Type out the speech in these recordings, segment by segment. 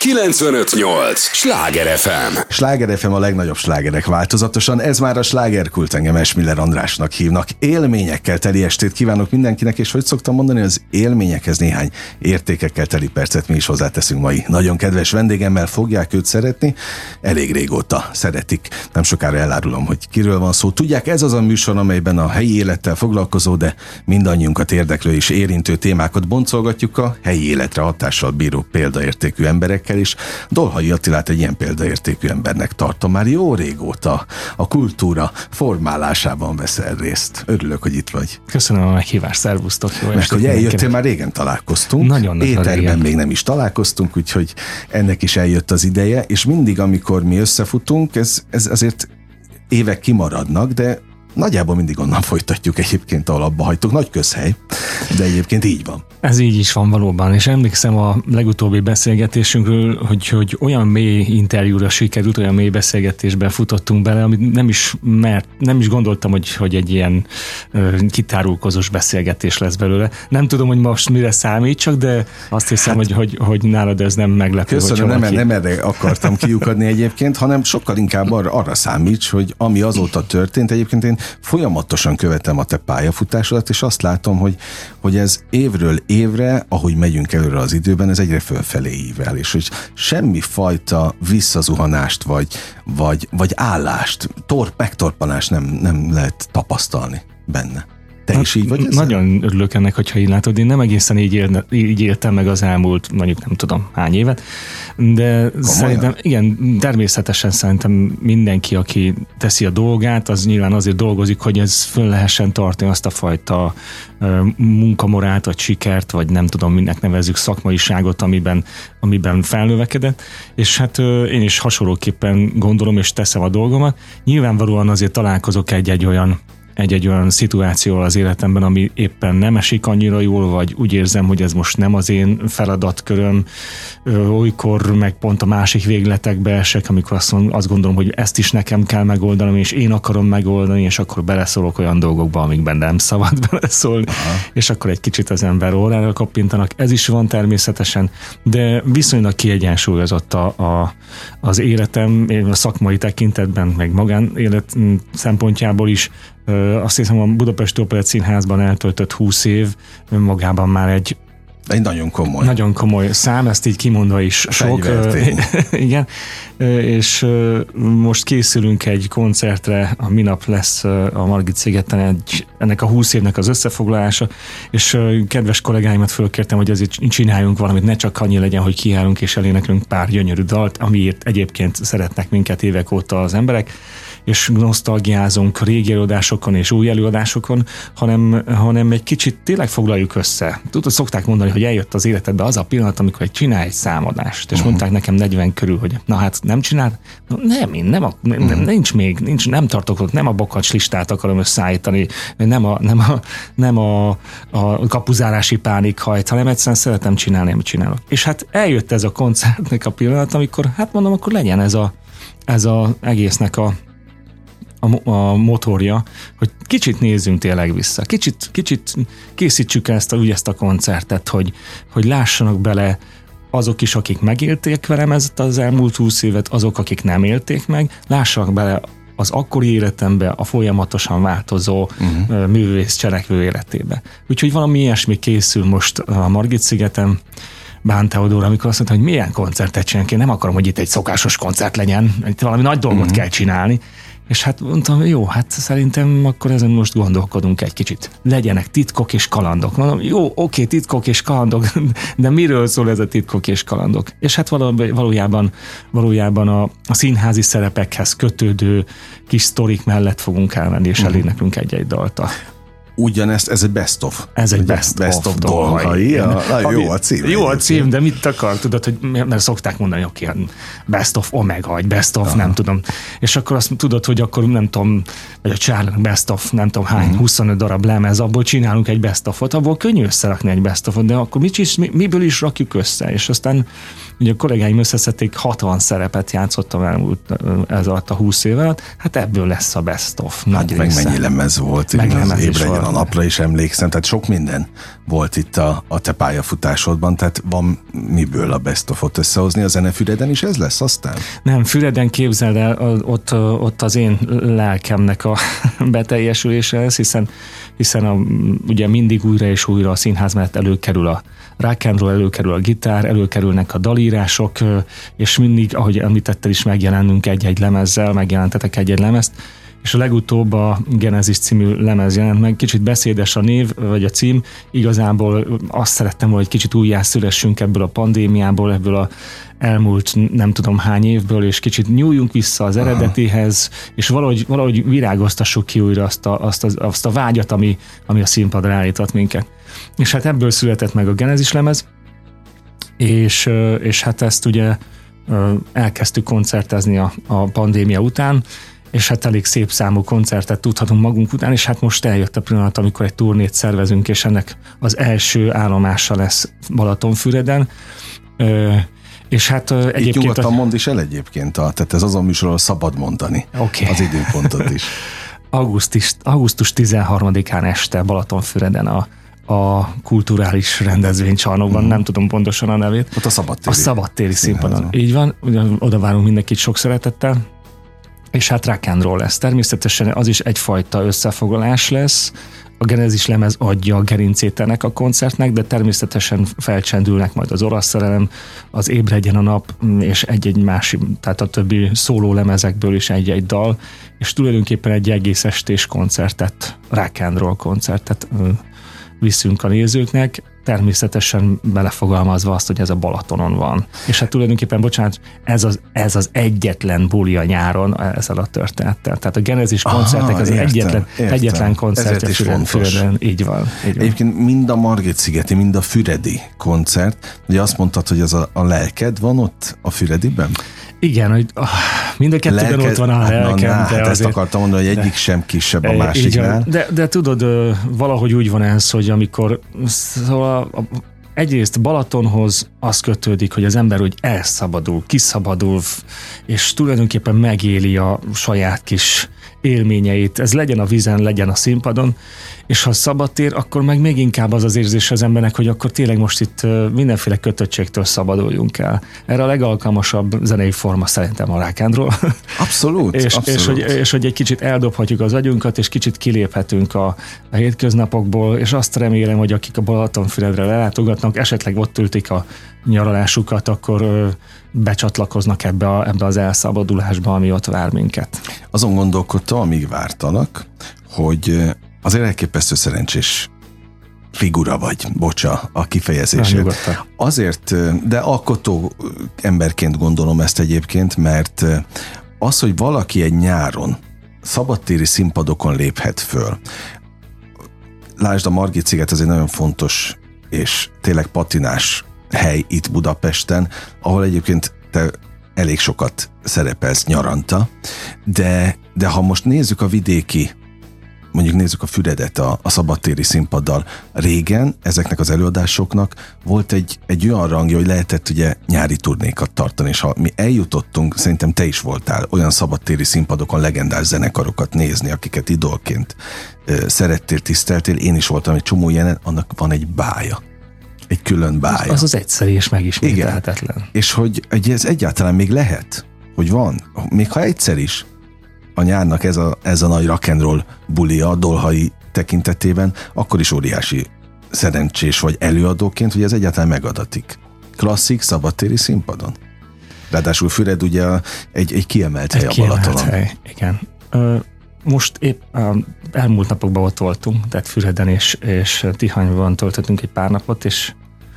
95.8 Sláger FM. Sláger FM a legnagyobb slágerek változatosan, ez már a slágerkult, engem Esmiller Andrásnak hívnak. Élményekkel teli estét kívánok mindenkinek, és hogy szoktam mondani, az élményekhez néhány értékekkel teli percet mi is hozzáteszünk mai nagyon kedves vendégemmel. Fogják őt szeretni, elég régóta szeretik. Nem sokára elárulom, hogy kiről van szó. Tudják, ez az a műsor, amelyben a helyi élettel foglalkozó, de mindannyiunkat érdeklő és érintő témákat boncolgatjuk a helyi életre hatással bíró példaértékű emberekkel, és Dolhai Attilát egy ilyen példaértékű embernek tartom. Már jó régóta a kultúra formálásában veszel részt. Örülök, hogy itt vagy. Köszönöm a meghívást, szervusztok. Mert hogy eljöttél, már régen találkoztunk. Nagyon éterben még nem is találkoztunk, úgyhogy ennek is eljött az ideje, és mindig, amikor mi összefutunk, ez azért évek kimaradnak, de nagyjából mindig onnan folytatjuk egyébként, ahol abba hagytuk. Nagy közhely, de egyébként így van. Ez így is van valóban, és emlékszem a legutóbbi beszélgetésünkről, hogy olyan mély interjúra sikerült, olyan mély beszélgetésben futottunk bele, amit nem is gondoltam, hogy egy ilyen kitárulkozós beszélgetés lesz belőle. Nem tudom, hogy most mire számítsak, de azt hiszem, hogy nálad ez nem meglepő. Köszönöm, nem erre akartam kiukadni egyébként, hanem sokkal inkább arra számíts, hogy ami azóta történt, egyébként én folyamatosan követem a te pályafutásodat, és azt látom, hogy ez évről évre, ahogy megyünk előre az időben, ez egyre fölfelé ível, és hogy semmi fajta visszazuhanást vagy állást, megtorpanást nem lehet tapasztalni benne. Te is így vagy ezzel? Nagyon örülök ennek, hogyha így látod. Én nem egészen így éltem meg az elmúlt, mondjuk nem tudom hány évet, de szerintem, igen, természetesen szerintem mindenki, aki teszi a dolgát, az nyilván azért dolgozik, hogy ez föl lehessen tartani azt a fajta munkamorált, vagy sikert, vagy nem tudom, minek nevezzük, szakmaiságot, amiben felnövekedett, és hát én is hasonlóképpen gondolom, és teszem a dolgomat. Nyilvánvalóan azért találkozok egy olyan szituációval az életemben, ami éppen nem esik annyira jól, vagy úgy érzem, hogy ez most nem az én feladatköröm, olykor meg pont a másik végletekbe esek, amikor azt gondolom, hogy ezt is nekem kell megoldanom, és én akarom megoldani, és akkor beleszólok olyan dolgokba, amikben nem szabad beleszólni, és akkor egy kicsit az ember órára kappintanak. Ez is van természetesen, de viszonylag kiegyensúlyozott az életem, a szakmai tekintetben, meg magánélet szempontjából is. Azt hiszem, a Budapesti Operett Színházban eltöltött 20 év önmagában már egy nagyon komoly szám, ezt így kimondva is sok. Igen, és most készülünk egy koncertre, a minap lesz a Margit szigeten ennek a 20 évnek az összefoglalása, és kedves kollégáimat fölkértem, hogy azért csináljunk valamit, ne csak annyi legyen, hogy kiállunk és eléneklünk pár gyönyörű dalt, amiért egyébként szeretnek minket évek óta az emberek, és nosztalgiázunk régi előadásokon és új előadásokon, hanem egy kicsit tényleg foglaljuk össze. Tudod, szokták mondani, hogy eljött az életedbe az a pillanat, amikor csinálj egy számadást, és mondták nekem 40 körül, hogy na hát nem csináld? Nem tartok ott, nem a bakacs listát akarom összeállítani, nem a kapuzárási pánik hajt, hanem egyszerűen szeretem csinálni, amit csinálok. És hát eljött ez a koncertnek a pillanat, amikor, hát mondom, akkor legyen ez a egésznek a motorja, hogy kicsit nézzünk tényleg vissza, kicsit készítsük ezt a koncertet, hogy lássanak bele azok is, akik megélték velem ezt az elmúlt 20 évet, azok, akik nem élték meg, lássanak bele az akkori életembe, a folyamatosan változó művész cselekvő életébe. Úgyhogy valami ilyesmi készül most a Margit szigeten, Bán Teodor, amikor azt mondta, hogy milyen koncertet csinálunk, én nem akarom, hogy itt egy szokásos koncert legyen, itt valami nagy dolgot kell csinálni. És hát mondtam, jó, hát szerintem akkor ezen most gondolkodunk egy kicsit. Legyenek titkok és kalandok. Mondom, jó, oké, titkok és kalandok, de miről szól ez a titkok és kalandok? És hát valójában a színházi szerepekhez kötődő kis sztorik mellett fogunk elmenni, és eléneklünk egy-egy dalt. Ugyanezt, ez egy best of. Ez egy best of Dolhai. Jó a cím. Jó a cím, de mit akar? Tudod, hogy mert szokták mondani, hogy oké, best of Omega, vagy best of, nem tudom. És akkor azt tudod, hogy akkor nem tudom, vagy a Charlie best of, nem tudom hány, 25 darab lemez, abból csinálunk egy best of-ot, abból könnyű összerakni egy best of-ot, de akkor miből is rakjuk össze? És aztán ugye a kollégáim összeszedték, 60 szerepet játszottam ez alatt a 20 év alatt, hát ebből lesz a best of. Nagy meg mennyi lemez volt, meg lemez is volt. a napra is emlékszem, tehát sok minden volt itt a te pályafutásodban, tehát van miből a best of-ot összehozni. A Zenefüreden is ez lesz aztán? Nem, Füreden képzeld el, ott az én lelkemnek a beteljesülése lesz, hiszen ugye mindig újra és újra a színház mellett előkerül a rock and roll, előkerül a gitár, előkerülnek a dalírások, és mindig, ahogy említettel is, megjelennünk egy-egy lemezzel, megjelentetek egy-egy lemezt, és a legutóbb a Genesis című lemez jelent meg, kicsit beszédes a név, vagy a cím, igazából azt szerettem volna, hogy kicsit újjászülessünk ebből a pandémiából, ebből a elmúlt nem tudom hány évből, és kicsit nyúljunk vissza az eredetihez, és valahogy virágoztassuk ki újra azt a vágyat, ami a színpadra állított minket. És hát ebből született meg a Genesis lemez, és hát ezt ugye elkezdtük koncertezni a pandémia után, és hát elég szép számú koncertet tudhatunk magunk után, és hát most eljött a pillanat, amikor egy turnét szervezünk, és ennek az első állomása lesz Balatonfüreden. És hát egyébként... Itt nyugodtan mondd is el egyébként, tehát ez azon műsorról szabad mondani az időpontot is. Augusztus 13-án este Balatonfüreden a kulturális rendezvénycsarnokban, nem tudom pontosan a nevét. Ott a szabadtéri színpadon. Így van, oda várunk mindenkit sok szeretettel, és hát rock and roll lesz. Természetesen az is egyfajta összefoglalás lesz. A Genesis lemez adja a gerincét ennek a koncertnek, de természetesen felcsendülnek majd az Orosz szerelem, az Ébredjen a nap, és egy-egy másik, tehát a többi szóló lemezekből is egy-egy dal, és tulajdonképpen egy egész estés koncertet, rock and roll koncertet viszünk a nézőknek, természetesen belefogalmazva azt, hogy ez a Balatonon van. És hát tulajdonképpen, bocsánat, ez az egyetlen buli a nyáron ezzel a történettel. Tehát a Genesis koncertek az egyetlen koncertje Füreden. Így van. Egyébként mind a Margit-szigeti, mind a füredi koncert, ugye azt mondtad, hogy az a lelked van ott a Fürediben? Igen, hogy mind a kettőben ott van a lelkem. Hát ezt akartam mondani, hogy egyik sem kisebb a másiknál. De tudod, valahogy úgy van ez, hogy amikor egyrészt Balatonhoz az kötődik, hogy az ember úgy elszabadul, kiszabadul, és tulajdonképpen megéli a saját kis élményeit. Ez legyen a vízen, legyen a színpadon, és ha szabadtér, akkor meg még inkább az az érzés az embernek, hogy akkor tényleg most itt mindenféle kötöttségtől szabaduljunk el. Erre a legalkalmasabb zenei forma szerintem a rock and roll. Abszolút. És hogy egy kicsit eldobhatjuk az agyunkat, és kicsit kiléphetünk a hétköznapokból, és azt remélem, hogy akik a Balatonfüredre lelátogatnak, esetleg ott ültik a nyaralásukat, akkor becsatlakoznak ebbe az elszabadulásba, ami ott vár minket. Azon gondolkodtam, amíg vártalak, hogy azért elképesztő szerencsés figura vagy, bocsa a kifejezésért. Azért, de alkotó emberként gondolom ezt egyébként, mert az, hogy valaki egy nyáron szabadtéri színpadokon léphet föl. Lásd, a Margit-sziget az egy nagyon fontos és tényleg patinás hely itt Budapesten, ahol egyébként te elég sokat szerepelsz nyaranta, de ha most nézzük a vidéki, mondjuk nézzük a Füredet a szabadtéri színpaddal, régen ezeknek az előadásoknak volt egy olyan rangja, hogy lehetett ugye nyári turnékat tartani, és ha mi eljutottunk, szerintem te is voltál olyan szabadtéri színpadokon legendás zenekarokat nézni, akiket idolként szerettél, tiszteltél, én is voltam egy csomó jelen, annak van egy bája. Egy külön bája. Az egyszerű és megismételhetetlen. Igen. És hogy ez egyáltalán még lehet, hogy van, még ha egyszer is a nyárnak ez a nagy rock and roll bulia a Dolhai tekintetében, akkor is óriási szerencsés vagy előadóként, hogy ez egyáltalán megadatik. Klasszik szabadtéri színpadon. Ráadásul Füred ugye egy kiemelt hely a Balatonon. Hely, igen. Most épp elmúlt napokban ott voltunk, tehát Füreden és Tihanyban töltöttünk egy pár napot, és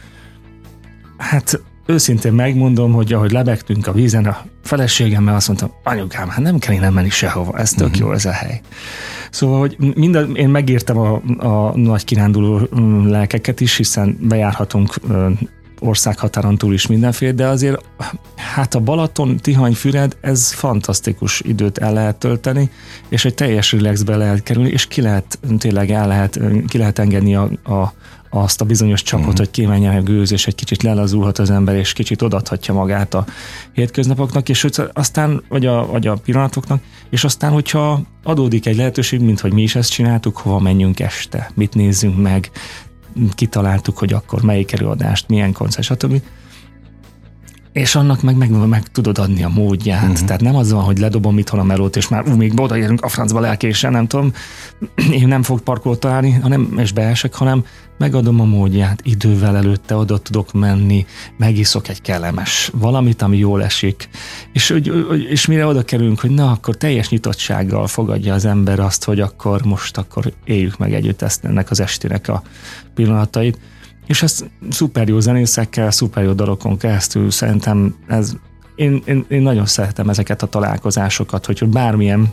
hát őszintén megmondom, hogy ahogy lebegtünk a vízen, a feleségemmel azt mondtam, anyukám, hát nem kell innen menni sehova, ez tök jó ez a hely. Szóval, hogy én megírtam a nagy kiránduló lelkeket is, hiszen bejárhatunk országhatáron túl is mindenféle, de azért hát a Balaton, Tihany, Füred, ez fantasztikus időt el lehet tölteni, és egy teljes relaxbe lehet kerülni, és ki lehet engedni a azt a bizonyos csapot, hogy kimenjen a gőz, és egy kicsit lelazulhat az ember, és kicsit odaadhatja magát a hétköznapoknak, és aztán, vagy a pillanatoknak, és aztán, hogyha adódik egy lehetőség, mint hogy mi is ezt csináltuk, hova menjünk este, mit nézzünk meg, kitaláltuk, hogy akkor melyik előadást, milyen koncert, stb. És annak meg tudod adni a módját. Tehát nem az van, hogy ledobom itthon a melót, és már még odaérünk a francba lelkésen, nem tudom, én nem fogok parkolót találni, hanem és beesek, hanem megadom a módját, idővel előtte oda tudok menni, megiszok egy kellemes valamit, ami jól esik, és mire oda kerülünk, hogy na, akkor teljes nyitottsággal fogadja az ember azt, hogy akkor éljük meg együtt ennek az estének a pillanatait. És ezt szuper jó zenészekkel, szuper jó dalokon keresztül szerintem én nagyon szeretem ezeket a találkozásokat, hogy bármilyen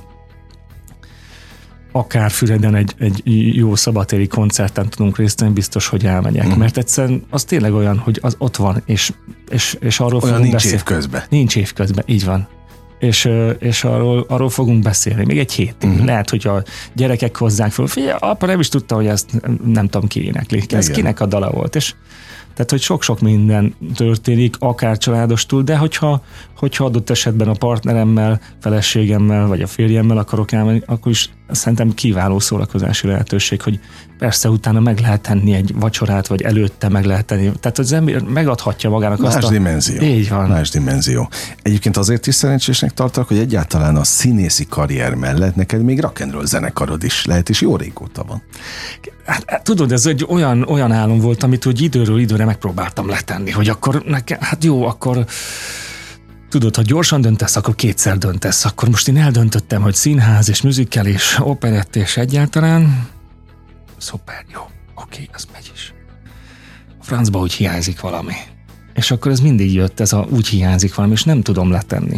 akár Füreden egy jó szabadtéri koncerten tudunk részt venni, biztos, hogy elmegyek. Mert egyszerűen az tényleg olyan, hogy az ott van, és arról olyan nincs beszélni. Évközben. Nincs évközben, így van. És arról fogunk beszélni. Még egy hétig. Lehet, hogy a gyerekek hozzák fel, figyelj, apa nem is tudta, hogy ezt nem tudom ki énekli. Ez kinek a dala volt. És tehát, hogy sok-sok minden történik, akár családostul, de hogyha adott esetben a partneremmel, feleségemmel, vagy a férjemmel akarok elmenni, akkor is szerintem kiváló szórakozási lehetőség, hogy persze utána meg lehet tenni egy vacsorát, vagy előtte meg lehet tenni. Tehát az ember megadhatja magának azt a... dimenzió. Így van. Más dimenzió. Egyébként azért is szerencsésnek tartok, hogy egyáltalán a színészi karrier mellett neked még rock and roll zenekarod is lehet, és jó régóta van. Hát tudod, ez egy olyan álom volt, amit hogy időről időre megpróbáltam letenni, hogy akkor nekem, hát jó, akkor tudod, ha gyorsan döntesz, akkor kétszer döntesz. Akkor most én eldöntöttem, hogy színház és musical és operett és egyáltalán szuper, jó, oké, az megy is. A francba úgy hiányzik valami. És akkor ez mindig jött, úgy hiányzik valami, és nem tudom letenni.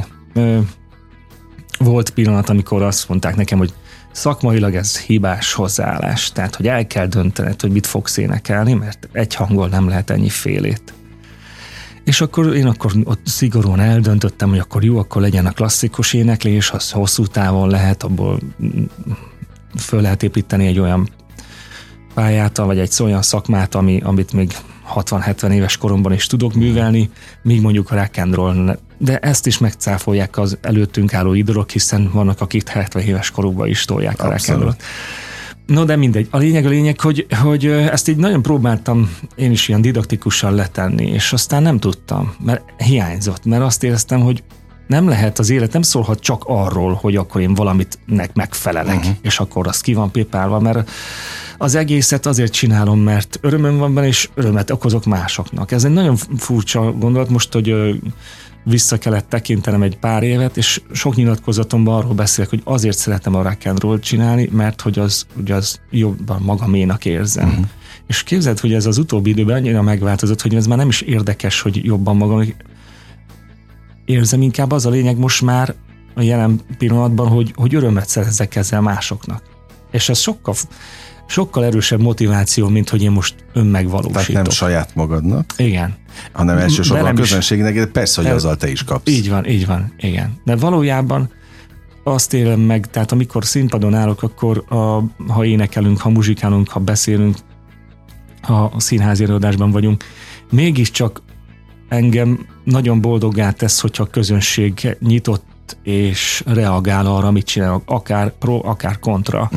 Volt pillanat, amikor azt mondták nekem, hogy szakmailag ez hibás hozzáállás, tehát hogy el kell döntened, hogy mit fogsz énekelni, mert egy hangol nem lehet ennyi félét. És akkor én ott szigorúan eldöntöttem, hogy akkor jó, akkor legyen a klasszikus éneklés, az hosszú távon lehet, abból föl lehet építeni egy olyan pályát, vagy egy olyan szakmát, amit még 60-70 éves koromban is tudok művelni, míg mondjuk a rock and roll. De ezt is megcáfolják az előttünk álló idolok, hiszen vannak, akik 70 éves korukban is tolják a rock and rollt. No, de mindegy. A lényeg, hogy ezt így nagyon próbáltam én is ilyen didaktikusan letenni, és aztán nem tudtam, mert hiányzott, mert azt éreztem, hogy nem lehet, az élet nem szólhat csak arról, hogy akkor én valamitnek megfelelek, és akkor az ki van pépálva, mert az egészet azért csinálom, mert örömöm van benne, és örömet okozok másoknak. Ez egy nagyon furcsa gondolat most, hogy vissza kellett tekintenem egy pár évet, és sok nyilatkozatomban arról beszélek, hogy azért szeretem a rock and roll csinálni, mert hogy az jobban magaménak érzem. És képzeld, hogy ez az utóbbi időben annyira megváltozott, hogy ez már nem is érdekes, hogy jobban magam érzem, inkább az a lényeg most már a jelen pillanatban, hogy örömet szerezzek ezzel másoknak. És ez sokkal erősebb motiváció, mint hogy én most önmegvalósítok. Tehát nem saját magadnak. Igen. Hanem elsősorban a közönségnek, de persze, hogy azzal te is kapsz. Így van, igen. De valójában azt élem meg, tehát amikor színpadon állok, akkor ha énekelünk, ha muzsikálunk, ha beszélünk, ha a színházi előadásban vagyunk, mégiscsak engem nagyon boldoggá tesz, hogyha a közönség nyitott és reagál arra, amit csinálok, akár pro, akár kontra.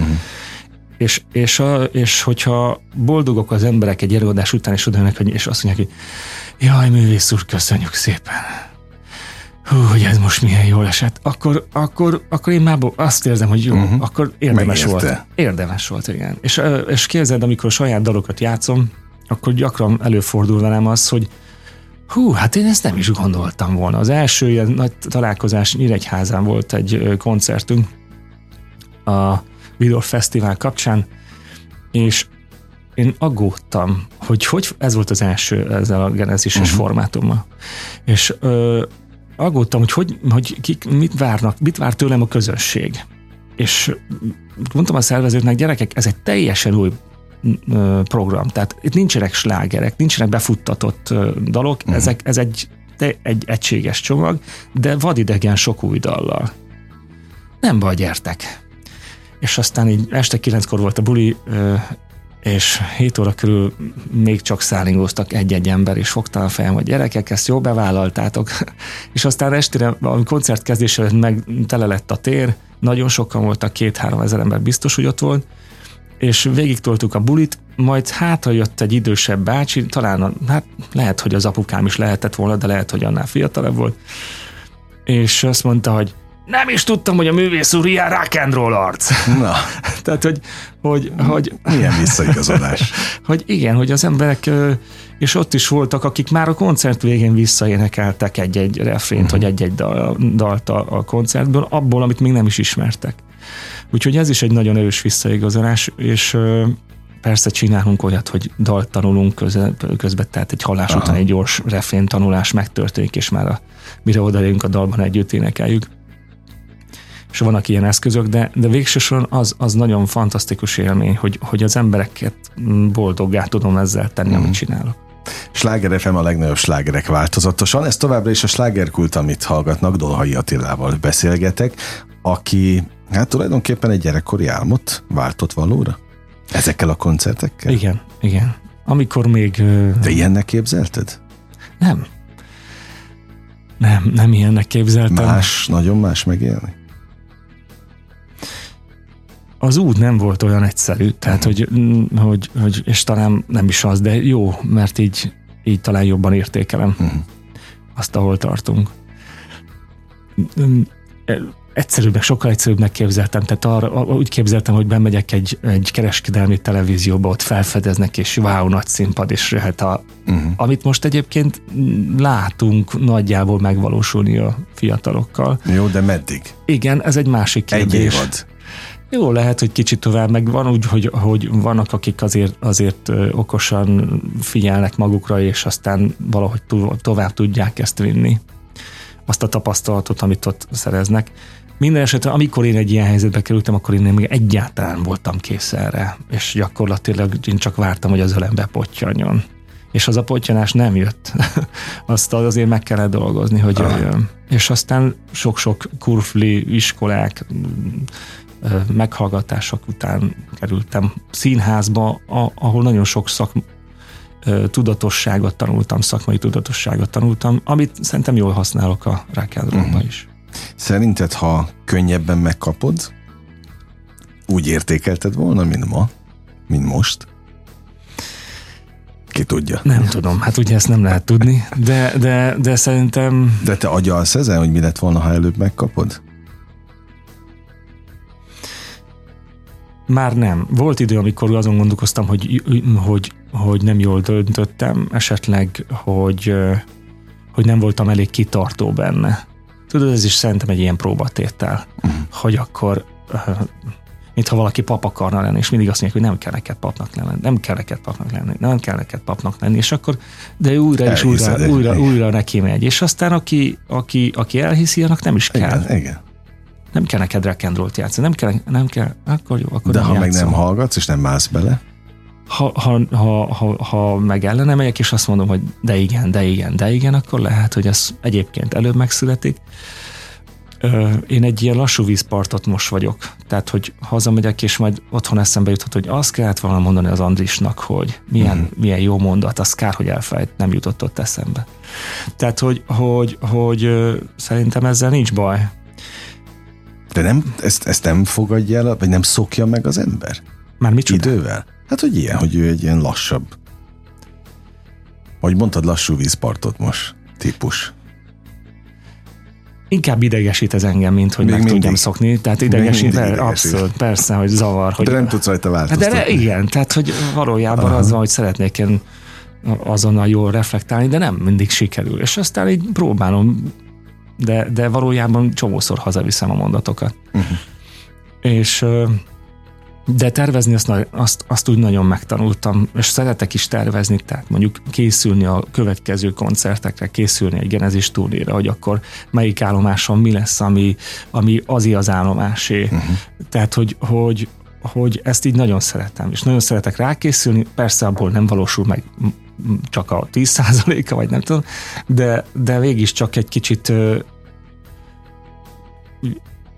És hogyha boldogok az emberek egy előadás után, és odaönnek, és azt mondják, hogy jaj, művész úr, köszönjük szépen. Hú, hogy ez most milyen jól esett. Akkor én már azt érzem, hogy jó, akkor érdemes volt. Érdemes volt, igen. És képzeld, amikor saját dalokat játszom, akkor gyakran előfordul velem az, hogy hú, hát én ezt nem is gondoltam volna. Az első ilyen nagy találkozás Nyíregyházán volt egy koncertünk a Vidor Fesztivál kapcsán, és én aggódtam, hogy ez volt az első ezzel a genezíses formátummal. És aggódtam, hogy mit vár tőlem a közönség. És mondtam a szervezőknek, gyerekek, ez egy teljesen új program, tehát itt nincsenek slágerek, nincsenek befuttatott dalok, ez egy egységes csomag, de vadidegen sok új dallal. Nem baj, gyertek. És aztán így este 9-kor volt a buli, és 7 óra körül még csak szállingóztak egy-egy ember, és fogta a fejem, hogy gyerekek, ezt jól bevállaltátok. És aztán estére, a koncert kezdés előtt meg tele lett a tér, nagyon sokan voltak, 2-3 ezer ember biztos, hogy ott volt, és végig toltuk a bulit, majd hátra jött egy idősebb bácsi, talán lehet, hogy az apukám is lehetett volna, de lehet, hogy annál fiatalabb volt, és azt mondta, hogy nem is tudtam, hogy a művész úr ilyen rock and roll arc. Na. Tehát, hogy milyen visszaigazolás. Hogy igen, hogy az emberek, és ott is voltak, akik már a koncert végén visszaénekeltek egy-egy refrént, vagy egy-egy dalt a koncertből, abból, amit még nem is ismertek. Úgyhogy ez is egy nagyon erős visszaigazolás, és persze csinálunk olyat, hogy dalt tanulunk közben, tehát egy hallás után egy gyors refrén tanulás megtörténik, és már mire odaérünk a dalban együtt énekeljük. És vannak ilyen eszközök, de végsősorban az nagyon fantasztikus élmény, hogy az embereket boldoggá tudom ezzel tenni, amit csinálok. Sláger FM a legnagyobb slágerek változatosan. Ez továbbra is a slágerkult, amit hallgatnak, Dolhai Attilával beszélgetek, aki hát tulajdonképpen egy gyerekkori álmot váltott valóra? Ezekkel a koncertekkel? Igen. Amikor még... Te ilyennek képzelted? Nem ilyennek képzeltem. Nagyon más megélni? Az út nem volt olyan egyszerű, tehát hogy és talán nem is az, de jó, mert így talán jobban értékelem azt, ahol tartunk. Sokkal egyszerűbbnek képzeltem, tehát úgy képzeltem, hogy bemegyek egy kereskedelmi televízióba, ott felfedeznek, és wow, nagy színpad, és jöhet amit most egyébként látunk nagyjából megvalósulni a fiatalokkal. Jó, de meddig? Igen, ez egy másik kérdés. Egy évad. Jó, lehet, hogy kicsit tovább, meg van úgy, hogy vannak, akik azért okosan figyelnek magukra, és aztán valahogy tovább tudják ezt vinni. Azt a tapasztalatot, amit ott szereznek. Minden esetre, amikor én egy ilyen helyzetbe kerültem, akkor én még egyáltalán voltam kész erre, és gyakorlatilag én csak vártam, hogy az ölembe pottyanjon. És az a pottyanás nem jött. Azt azért meg kellett dolgozni, hogy jöjjön. És aztán sok-sok kurfli iskolák, meghallgatások után kerültem színházba, ahol nagyon sok tudatosságot tanultam, szakmai tudatosságot tanultam, amit szerintem jól használok a rock and rollba is. Szerinted, ha könnyebben megkapod, úgy értékelted volna, mint most? Ki tudja? Nem tudom, hát ugye ezt nem lehet tudni, de szerintem... De te agyalsz ezen, hogy mi lett volna, ha előbb megkapod? Már nem. Volt idő, amikor azon gondolkoztam, hogy nem jól döntöttem, esetleg, hogy nem voltam elég kitartó benne. Tudod, ez is szerintem egy ilyen próbatétel, hogy akkor, mintha valaki pap akarna lenni, és mindig azt mondják, hogy nem kell neked papnak lenni, és akkor, de újra és újra neki megy. És aztán aki elhiszi, annak nem is kell. Igen. Nem kell neked rock and rollt játszani, nem kell, akkor jó, akkor de nem ha játszom. Meg nem hallgatsz, és nem állsz bele? Ha meg ellene megyek, és azt mondom, hogy de igen, akkor lehet, hogy ez egyébként előbb megszületik. Én egy ilyen lassú vízpartot most vagyok. Tehát, hogy hazamegyek, és majd otthon eszembe juthat, hogy azt kellett volna mondani az Andrisnak, hogy milyen jó mondat, az kár, hogy elfelejt, nem jutott ott eszembe. Tehát, hogy szerintem ezzel nincs baj. De nem, ezt nem fogadja el, vagy nem szokja meg az ember? Már micsoda? Idővel? Hát, hogy ő egy ilyen lassabb. Hogy mondtad, lassú vízpartot most típus. Inkább idegesít ez engem, mint hogy meg tudjam szokni. Tehát idegesít, abszolút, persze, hogy zavar. Hogy de nem tudsz rajta változtatni. De igen, tehát, hogy valójában az van, hogy szeretnék én azonnal jól reflektálni, de nem mindig sikerül. És aztán így próbálom, de valójában csomószor hazaviszem a mondatokat. És de tervezni azt úgy nagyon megtanultam, és szeretek is tervezni, tehát mondjuk készülni a következő koncertekre, készülni egy Genezis turnéra, hogy akkor melyik állomáson mi lesz, ami az állomásé. Tehát, hogy ezt így nagyon szeretem, és nagyon szeretek rákészülni, persze abból nem valósul meg csak a 10%-a, vagy nem tudom, de végig csak egy kicsit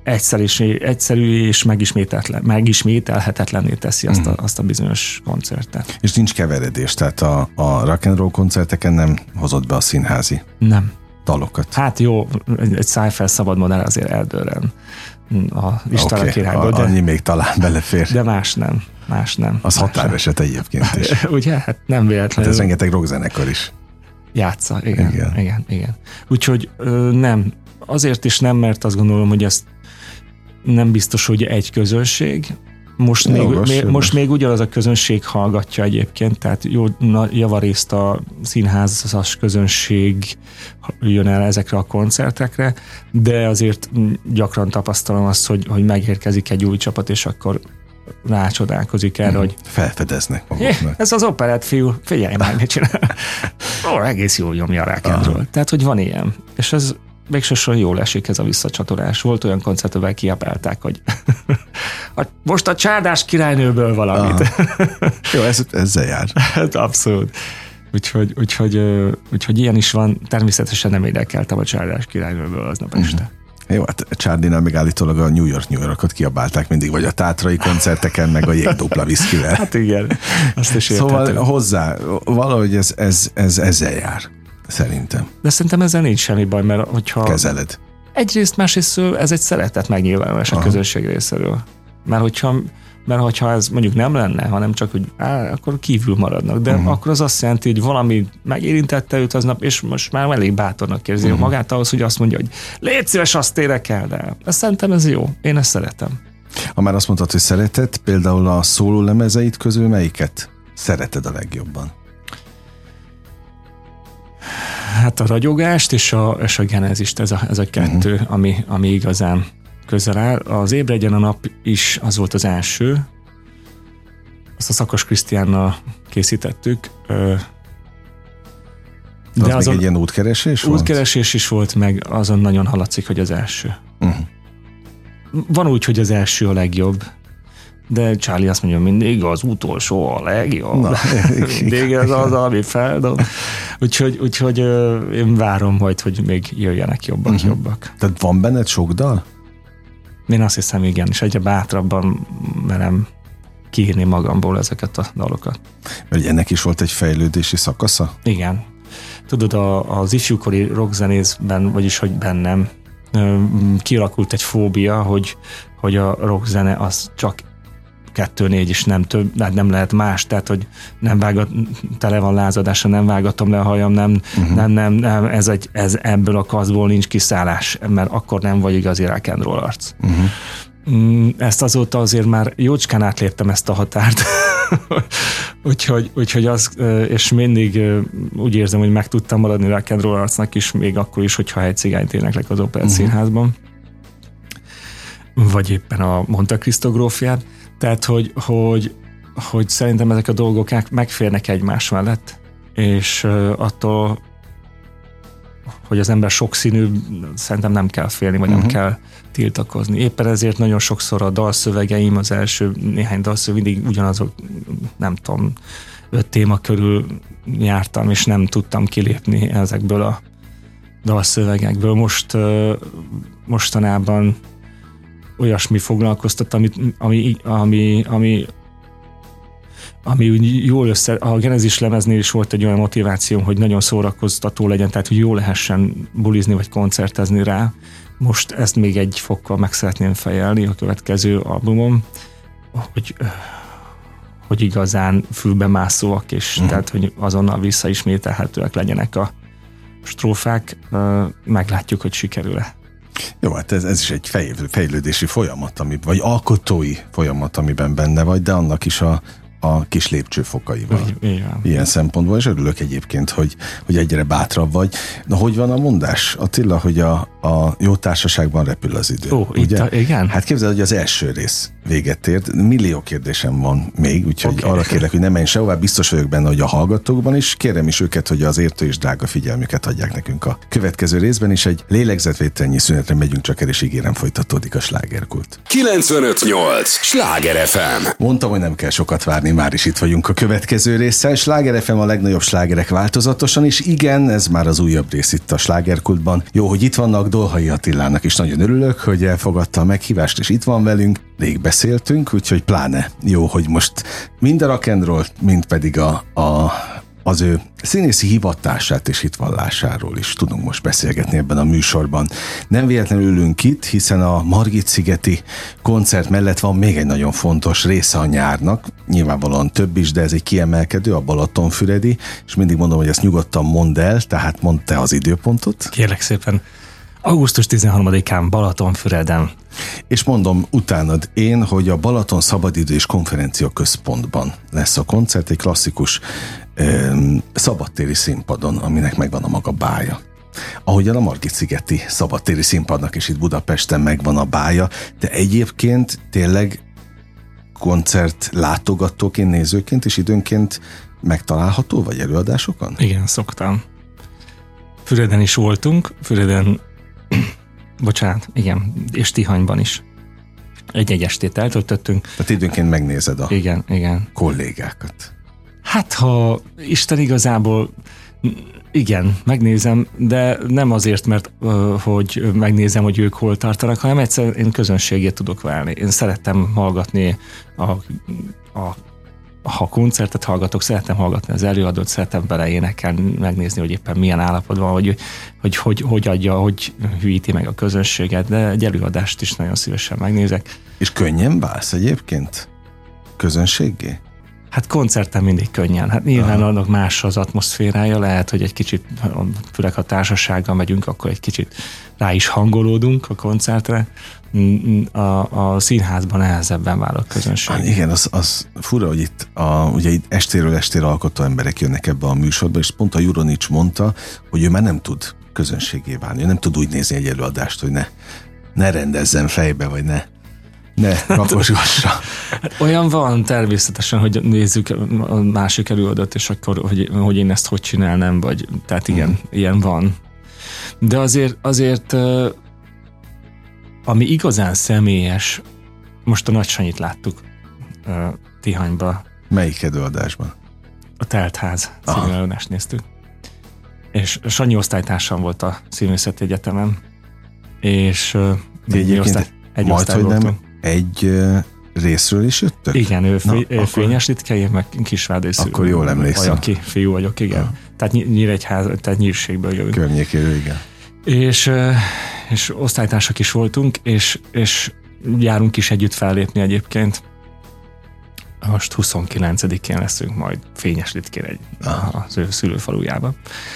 egyszerű és megismételhetetlenné teszi azt a bizonyos koncertet. És nincs keveredés, tehát a rock and roll koncerteken nem hozott be a színházi nem dalokat. Hát jó, egy Szájfel szabad modell azért eldőren a István királyból. Annyi még talán belefér. De más nem. Az határeset egyébként is. Ugye? Hát nem véletlenül. Hát ez rengeteg rockzenekar is játsza, igen. Úgyhogy nem. Azért is nem, mert azt gondolom, hogy ez nem biztos, hogy egy közönség. Most még ugyanaz a közönség hallgatja egyébként, tehát javarészt a színházas közönség jön el ezekre a koncertekre, de azért gyakran tapasztalom azt, hogy megérkezik egy új csapat, és akkor rácsodálkozik erre, hogy felfedeznek maguknak. Ez az operett fiú, figyelj már, mit csinál. Egész jól nyomja a rock and roll. Tehát, hogy van ilyen. És ez végsősorban jól esik ez a visszacsatolás. Volt olyan koncertben kiabálták, hogy most a Csárdás királynőből valamit. Jó, ezzel jár. Hát abszolút. Úgyhogy ilyen is van. Természetesen nem érdekeltem a Csárdás királynőből aznap este. Jó, hát Csárdinál meg állítólag a New Yorkot kiabálták mindig, vagy a tátrai koncerteken, meg a jégdupla viszkivel. Hát igen, azt is értettem. Szóval hozzá, valahogy ez ezzel jár, szerintem. De szerintem ezzel nincs semmi baj, mert hogyha... Kezeled. Egyrészt, másrészt ez egy szeretet megnyilvánulás a közönség részéről. Mert hogyha ez mondjuk nem lenne, hanem csak, hogy akkor kívül maradnak, de akkor az azt jelenti, hogy valami megérintette őt aznap, és most már elég bátornak érzi magát ahhoz, hogy azt mondja, hogy légy szíves, azt énekel el. De szerintem ez jó, én ezt szeretem. Ha már azt mondtad, hogy szereted, például a szóló lemezeit közül melyiket szereted a legjobban? Hát a ragyogást és a genezist, ez a kettő, ami igazán közel áll. Az Ébredjen a nap is az volt az első. Azt a Szakos Krisztiánnal készítettük. De az még egy ilyen útkeresés volt? Útkeresés is volt, meg azon nagyon haladszik, hogy az első. Van úgy, hogy az első a legjobb, de Charlie azt mondja, mindig az utolsó a legjobb. Mindig ez az, ami feldob. Úgyhogy én várom majd, hogy még jöjjenek jobbak. Tehát van benned sok dal? Én azt hiszem, igen, és egyre bátrabban merem kiírni magamból ezeket a dalokat. Mert ennek is volt egy fejlődési szakasza? Igen. Tudod, az ifjúkori rockzenészben, vagyis hogy bennem kialakult egy fóbia, hogy a rockzene az csak 2-4 is nem több, hát nem lehet más, tehát hogy nem tele van lázadásra, nem vágatom le a hajam, nem, ez ebből a kaszból nincs kiszállás, mert akkor nem vagy igazi rock and roll arc. Ezt azóta azért már jócskán átléptem ezt a határt. úgyhogy és mindig úgy érzem, hogy meg tudtam maradni rock and roll arcnak is, még akkor is, hogyha egy cigányt éneklek az Operett Színházban. Vagy éppen a Monte Cristo grófját. Tehát, hogy szerintem ezek a dolgok megférnek egymás mellett, és attól, hogy az ember sokszínű, szerintem nem kell félni, vagy nem kell tiltakozni. Éppen ezért nagyon sokszor a dalszövegeim, az első néhány dalszöveg mindig ugyanazok, nem tudom, 5 téma körül jártam, és nem tudtam kilépni ezekből a dalszövegekből. Mostanában olyasmi foglalkoztat, ami úgy jól a Genezis lemeznél is volt egy olyan motivációm, hogy nagyon szórakoztató legyen, tehát hogy jól lehessen bulizni vagy koncertezni rá. Most ezt még egy fokkal meg szeretném fejelni a következő albumom, hogy igazán fülbe mászóak, és tehát, hogy azonnal visszaismételhetőek legyenek a strófák. Meglátjuk, hogy sikerül-e. Jó, hát ez is egy fejlődési folyamat, vagy alkotói folyamat, amiben benne vagy, de annak is a kis lépcsőfokaival. Ilyen szempontból, és örülök egyébként, hogy egyre bátrabb vagy. Na, hogy van a mondás, Attila, hogy a jó társaságban repül az idő? Ó, ugye? Igen? Hát képzeld, hogy az első rész véget ért. Millió kérdésem van még, úgyhogy arra kérlek, hogy ne menj sehová. Biztos vagyok benne, hogy a hallgatókban is. Kérem is őket, hogy az értő és drága figyelmüket adják nekünk a következő részben, és egy lélegzetvételnyi szünetre megyünk csak el, és ígérem, folytatódik a slágerkult. 95.8 Sláger FM. Mondtam, hogy nem kell sokat várni, már is itt vagyunk a következő résszel. Sláger FM, a legnagyobb slágerek változatosan, és igen, ez már az újabb rész itt a slágerkultban. Jó, hogy itt vannak, Dolhai Attilának is nagyon örülök, hogy elfogadta a meghívást, és itt van velünk. Rég beszéltünk, úgyhogy pláne jó, hogy most mind a rock and roll, mind pedig az ő színészi hivatását és hitvallásáról is tudunk most beszélgetni ebben a műsorban. Nem véletlenül ülünk itt, hiszen a Margit-szigeti koncert mellett van még egy nagyon fontos része a nyárnak, nyilvánvalóan több is, de ez egy kiemelkedő, a Balatonfüredi, és mindig mondom, hogy ezt nyugodtan mondd el, tehát mondd te az időpontot. Kérlek szépen. Augusztus 13-án Balatonfüreden. És mondom utánad én, hogy a Balaton Szabadidő és Konferencia Központban lesz a koncert, egy klasszikus szabadtéri színpadon, aminek megvan a maga bája. Ahogyan a Margit-szigeti szabadtéri színpadnak is itt Budapesten megvan a bája, de egyébként tényleg koncert látogatóként, nézőként és időnként megtalálható, vagy előadásokon? Igen, szoktam. Füreden is voltunk, igen, és Tihanyban is. Egy estét eltöltöttünk. Tehát időnként megnézed a igen. kollégákat. Hát, ha Isten igazából, igen, megnézem, de nem azért, mert hogy megnézem, hogy ők hol tartanak, hanem egyszerűen én közönségét tudok válni. Én szerettem hallgatni ha koncertet hallgatok, szeretem hallgatni az előadót, szeretem bele énekelni, megnézni, hogy éppen milyen állapotban, hogy adja, hogy hűíti meg a közönséget, de egy előadást is nagyon szívesen megnézek. És könnyen válsz egyébként közönséggé? Hát koncerten mindig könnyen. Hát nyilván annak más az atmoszférája, lehet, hogy egy kicsit, főleg ha társasággal megyünk, akkor egy kicsit rá is hangolódunk a koncertre. A színházban nehezebben váll a közönség. Igen, az fura, hogy ugye itt estéről estére alkotó emberek jönnek ebbe a műsorba, és pont a Juronics mondta, hogy ő már nem tud közönségé válni, ő nem tud úgy nézni egy előadást, hogy ne rendezzen fejbe, vagy ne rakosgassa. Hát olyan van természetesen, hogy nézzük a másik előadót, és akkor, hogy én ezt hogy csinálnám, vagy tehát igen, ilyen van. De azért ami igazán személyes, most a Nagy Sanyit láttuk Tihanyba. Melyik előadásban? A Teltház című előadást néztük. És Sanyi osztálytársam volt a Színművészeti Egyetemen, és egy majd, hogy nem egy részről is jöttök? Igen, ő Fényes Litkei, meg Kisvárdi. Akkor jól emlékszem. Ajaki fiú vagyok, igen. Tehát Nyíregyház, tehát Nyírségből jövünk. Környékéről, igen. És osztálytársak is voltunk, és járunk is együtt fellépni egyébként. Most 29-én leszünk majd Fényes Litkén az ő szülőfalujában.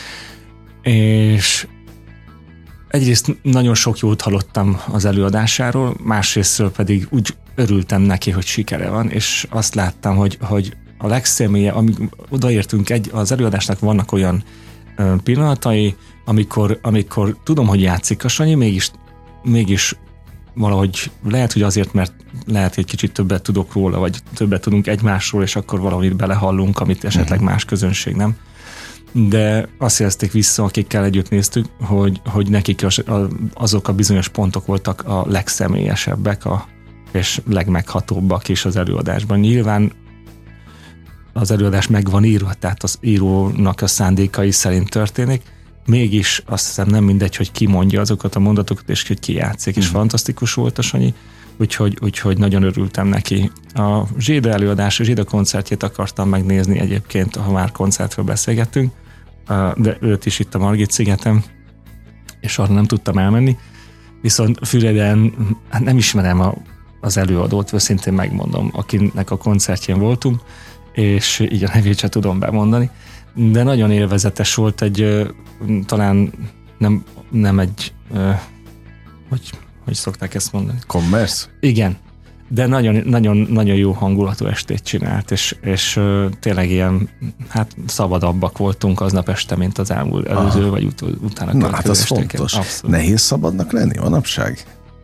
És egyrészt nagyon sok jót hallottam az előadásáról, másrésztről pedig úgy örültem neki, hogy sikere van, és azt láttam, hogy a legszemélye, amíg odaértünk, az előadásnak vannak olyan pillanatai, amikor tudom, hogy játszik a Sanyi, mégis valahogy lehet, hogy azért, mert lehet, hogy egy kicsit többet tudok róla, vagy többet tudunk egymásról, és akkor valahogy belehallunk, amit esetleg más közönség nem. De azt jelezték vissza, akikkel együtt néztük, hogy nekik azok a bizonyos pontok voltak a legszemélyesebbek, és legmeghatóbbak is az előadásban. Nyilván az előadás meg van írva, tehát az írónak a szándékai szerint történik, mégis azt hiszem nem mindegy, hogy ki mondja azokat a mondatokat, és hogy ki játszik, és fantasztikus volt a Sanyi, úgyhogy nagyon örültem neki. A Zséda koncertjét akartam megnézni egyébként, ha már koncertről beszélgettünk, de őt is itt a Margit-szigeten, és arra nem tudtam elmenni. Viszont Füreden nem ismerem az előadót, őszintén megmondom, akinek a koncertjén voltunk, és így a nevét sem tudom bemondani, de nagyon élvezetes volt talán nem egy, hogy szokták ezt mondani? Commerce? Igen, de nagyon jó hangulatú estét csinált, és tényleg ilyen, hát szabadabbak voltunk aznap este, mint az előző vagy utána. Na hát az fontos. Abszolút. Nehéz szabadnak lenni manapság?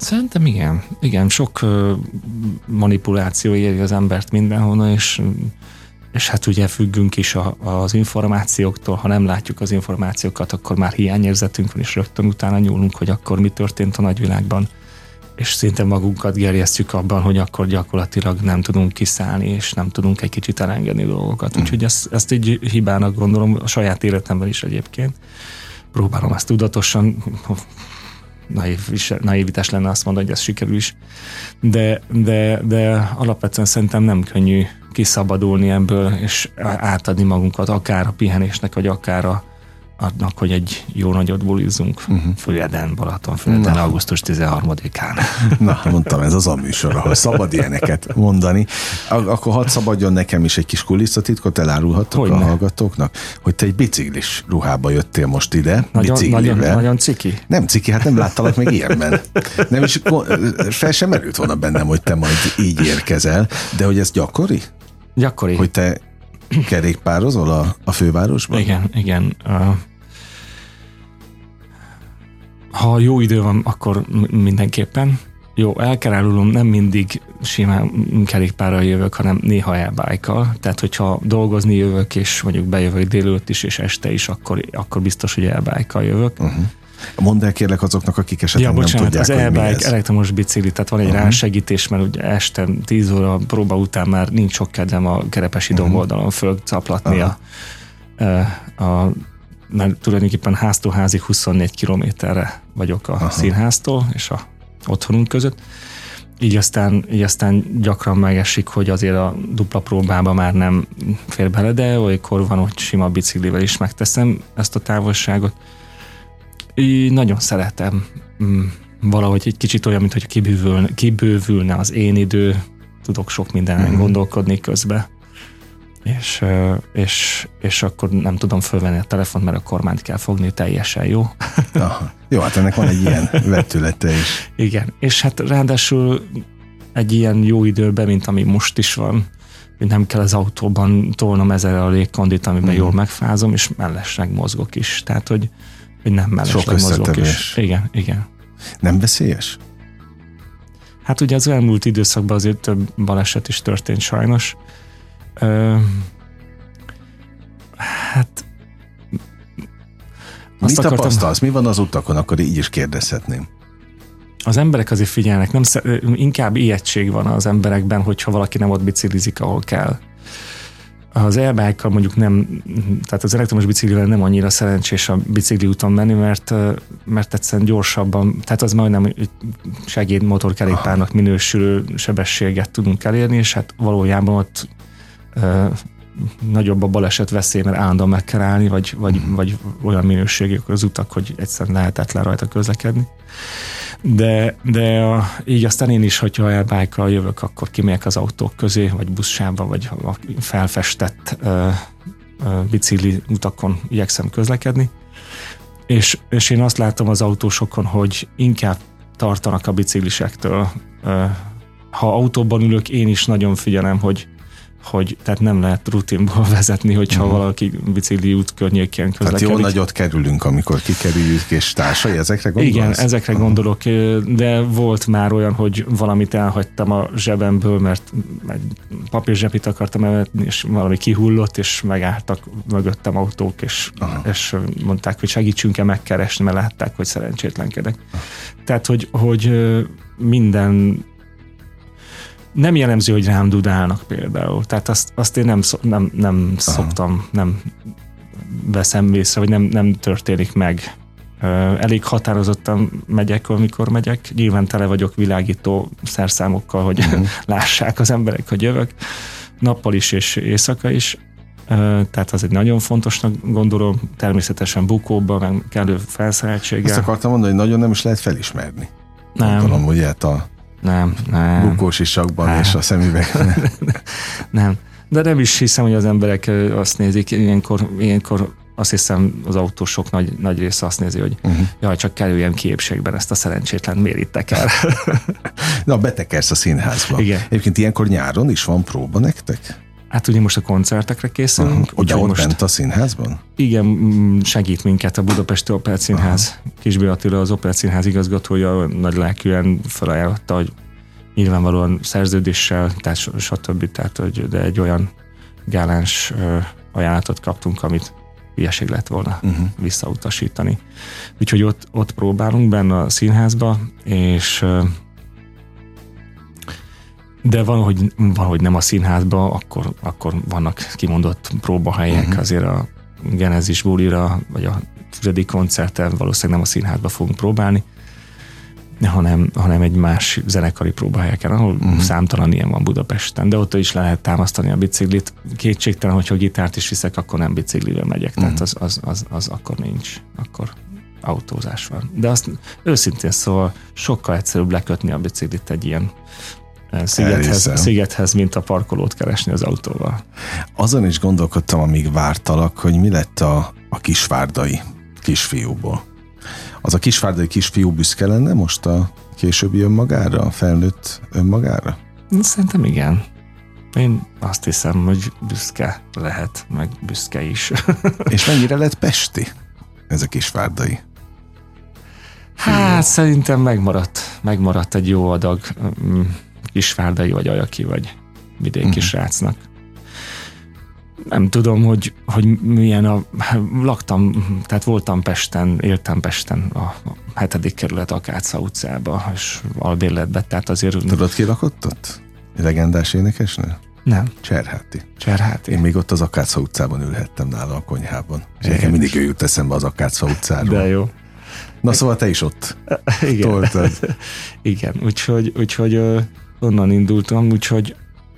Szerintem igen. Igen, sok manipuláció éri az embert mindenhonnan, és hát ugye függünk is az információktól, ha nem látjuk az információkat, akkor már hiányérzetünk van, és rögtön utána nyúlunk, hogy akkor mi történt a nagyvilágban, és szinte magunkat gerjesztjük abban, hogy akkor gyakorlatilag nem tudunk kiszállni, és nem tudunk egy kicsit elengedni dolgokat. Úgyhogy ezt így hibának gondolom a saját életemben is egyébként. Próbálom ezt tudatosan, naivitás lenne azt mondani, hogy ez sikerül is, de alapvetően szerintem nem könnyű kiszabadulni ebből, és átadni magunkat akár a pihenésnek, vagy akár annak, hogy egy jó nagyot bulizzunk. Füreden, Balatonfüreden, augusztus 13-án. Na, mondtam, ez az a műsor, ahol szabad ilyeneket mondani. Akkor hadd szabadjon nekem is egy kis kulisszatitkot, elárulhatok a hallgatóknak, hogy te egy biciklis ruhába jöttél most ide, biciklivel. Nagyon ciki? Nem ciki, hát nem láttalak még ilyenben. Nem is, fel sem merült volna bennem, hogy te majd így érkezel, de hogy ez gyakori? Gyakori. Hogy te kerékpározol a fővárosban? Igen. Ha jó idő van, akkor mindenképpen. Jó, el kell árulnom, nem mindig simán kerékpárral jövök, hanem néha e-bike-kal. Tehát, hogyha dolgozni jövök, és mondjuk bejövök délőtt is, és este is, akkor biztos, hogy e-bike-kal jövök. Mondd el kérlek azoknak, akik esetleg nem tudják, az hogy e-bike, mi ez. elektromos bicikli, tehát van egy rásegítés, mert ugye este 10 óra próba után már nincs sok kedvem a Kerepesi domboldalon fölcaplatni mert tulajdonképpen háztól házig 24 kilométerre vagyok a színháztól és a otthonunk között. Így aztán gyakran megesik, hogy azért a dupla próbába már nem fér bele, de olykor van, hogy sima biciklivel is megteszem ezt a távolságot. Így nagyon szeretem. Valahogy egy kicsit olyan, mint hogy kibővülne az én idő, tudok sok mindenen gondolkodni közben. És akkor nem tudom fölvenni a telefont, mert a kormányt kell fogni, teljesen jó. Jó, hát ennek van egy ilyen vetülete is. Igen, és hát ráadásul egy ilyen jó időben, mint ami most is van, hogy nem kell az autóban tolnom ezzel a légkondit, amiben jól megfázom, és mellesleg mozgok is. Tehát, hogy nem mellesleg mozgok is. Igen. Nem veszélyes? Hát ugye az elmúlt időszakban azért több baleset is történt sajnos. Hát mit tapasztalsz? Mi van az utakon? Akkor így is kérdezhetném. Az emberek azért figyelnek, inkább ijegység van az emberekben, hogyha valaki nem ott biciklizik, ahol kell. Az e-bike-kal mondjuk nem, tehát az elektromos biciklivel nem annyira szerencsés a bicikli úton menni, mert egyszerűen gyorsabban, tehát az majdnem segédmotorkerékpárnak minősülő sebességet tudunk elérni, és hát valójában ott nagyobb a baleset veszély, mert állandóan meg kell állni, vagy olyan minőségek az utak, hogy egyszerűen lehetetlen rajta közlekedni. De így aztán én is, hogyha e-bike-kal jövök, akkor kimegyek az autók közé, vagy buszsávban, vagy a felfestett bicikli utakon igyekszem közlekedni. És én azt látom az autósokon, hogy inkább tartanak a biciklisektől. Ha autóban ülök, én is nagyon figyelem, hogy tehát nem lehet rutinból vezetni, hogyha valaki bicikli út környékén közlekedik. Tehát jó nagyot kerülünk, amikor kikerüljük, és társai, ezekre gondolsz? Igen, ezekre gondolok, de volt már olyan, hogy valamit elhagytam a zsebemből, mert egy papírzsebit akartam elvenni, és valami kihullott, és megálltak mögöttem autók, és mondták, hogy segítsünk-e megkeresni, mert látták, hogy szerencsétlenkedek. Tehát, hogy minden nem jellemző, hogy rám dudálnak például. Tehát azt én nem szoktam, nem veszem észre, vagy nem történik meg. Elég határozottan megyek, amikor megyek. Nyilván tele vagyok világító szerszámokkal, hogy lássák az emberek, hogy jövök. Nappal is és éjszaka is. Tehát az egy nagyon fontosnak gondolom. Természetesen bukóban, meg kellő felszereltséggel. Ezt akartam mondani, hogy nagyon nem is lehet felismerni. Nem. Gondolom, hogy Nem. bukós isakban és a szemüvegben. Nem. De nem is hiszem, hogy az emberek azt nézik, ilyenkor azt hiszem az autósok nagy része azt nézi, hogy jaj, csak kerüljem ki épségben, ezt a szerencsétlen miért ittek el. Na, betekersz a színházba. Igen. Egyébként ilyenkor nyáron is van próba nektek? Hát ugye most a koncertekre készülünk. Ugye ott most bent a színházban? Igen, segít minket a Budapesti Operettszínház. Kisbé Attila, az Operettszínház igazgatója nagy lelkűen felajánlotta, hogy nyilvánvalóan szerződéssel, tehát stb. Tehát, hogy de egy olyan gáláns ajánlatot kaptunk, amit hülyeség lett volna visszautasítani. Úgyhogy ott próbálunk benne a színházba, és de valahogy nem a színházba, akkor vannak kimondott próbahelyek, azért a Genezis bulira, vagy a 10. koncerten valószínűleg nem a színházba fogunk próbálni, hanem egy más zenekari próbahelyeken, ahol számtalan ilyen van Budapesten, de ott is lehet támasztani a biciklit. Kétségtelen, hogyha gitárt is viszek, akkor nem biciklivel megyek, tehát az akkor nincs, akkor autózás van. De azt őszintén szóval sokkal egyszerűbb lekötni a biciklit egy ilyen szigethez, mint a parkolót keresni az autóval. Azon is gondolkodtam, amíg vártalak, hogy mi lett a kisvárdai kisfiúból. Az a kisvárdai kisfiú büszke lenne most a későbbi önmagára, a felnőtt önmagára? Szerintem igen. Én azt hiszem, hogy büszke lehet, meg büszke is. És mennyire lett pesti ez a kisvárdai? Hát szerintem megmaradt egy jó adag kisvárdai, vagy ajaki, vagy vidéki srácnak. Nem tudom, hogy milyen laktam, tehát voltam Pesten, éltem Pesten a 7. kerület Akácsa utcába, és albérletbe, tehát azért... Tudod, ki lakott ott? Legendás énekesnő? Nem. Cserháti. Én még ott az Akácsa utcában ülhettem nála a konyhában. És nekem mindig ő jut eszembe az Akácsa utcáról. De jó. Na szóval te is ott igen. toltad. Igen, úgyhogy onnan indultam, úgyhogy